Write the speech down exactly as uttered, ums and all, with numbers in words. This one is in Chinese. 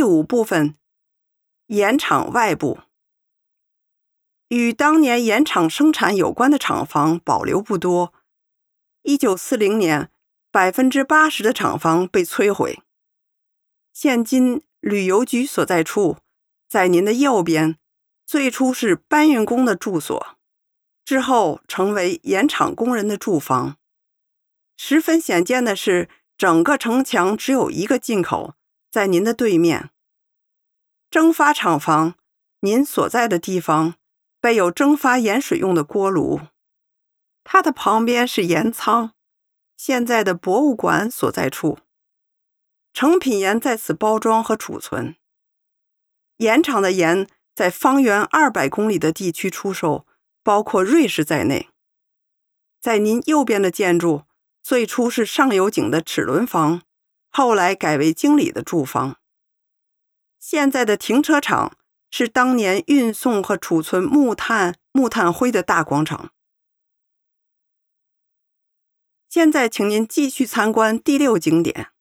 第五部分，盐场外部。与当年盐场生产有关的厂房保留不多。一九四零年，百分之八十的厂房被摧毁。现今旅游局所在处在您的右边，最初是搬运工的住所，之后成为盐场工人的住房。十分显见的是，整个城墙只有一个进口，在您的对面。蒸发厂房，您所在的地方备有蒸发盐水用的锅炉，它的旁边是盐仓，现在的博物馆所在处。成品盐在此包装和储存。盐场的盐在方圆二百公里的地区出售，包括瑞士在内。在您右边的建筑，最初是上有井的齿轮房，后来改为经理的住房。现在的停车场是当年运送和储存木炭、木炭灰的大广场。现在请您继续参观第六景点。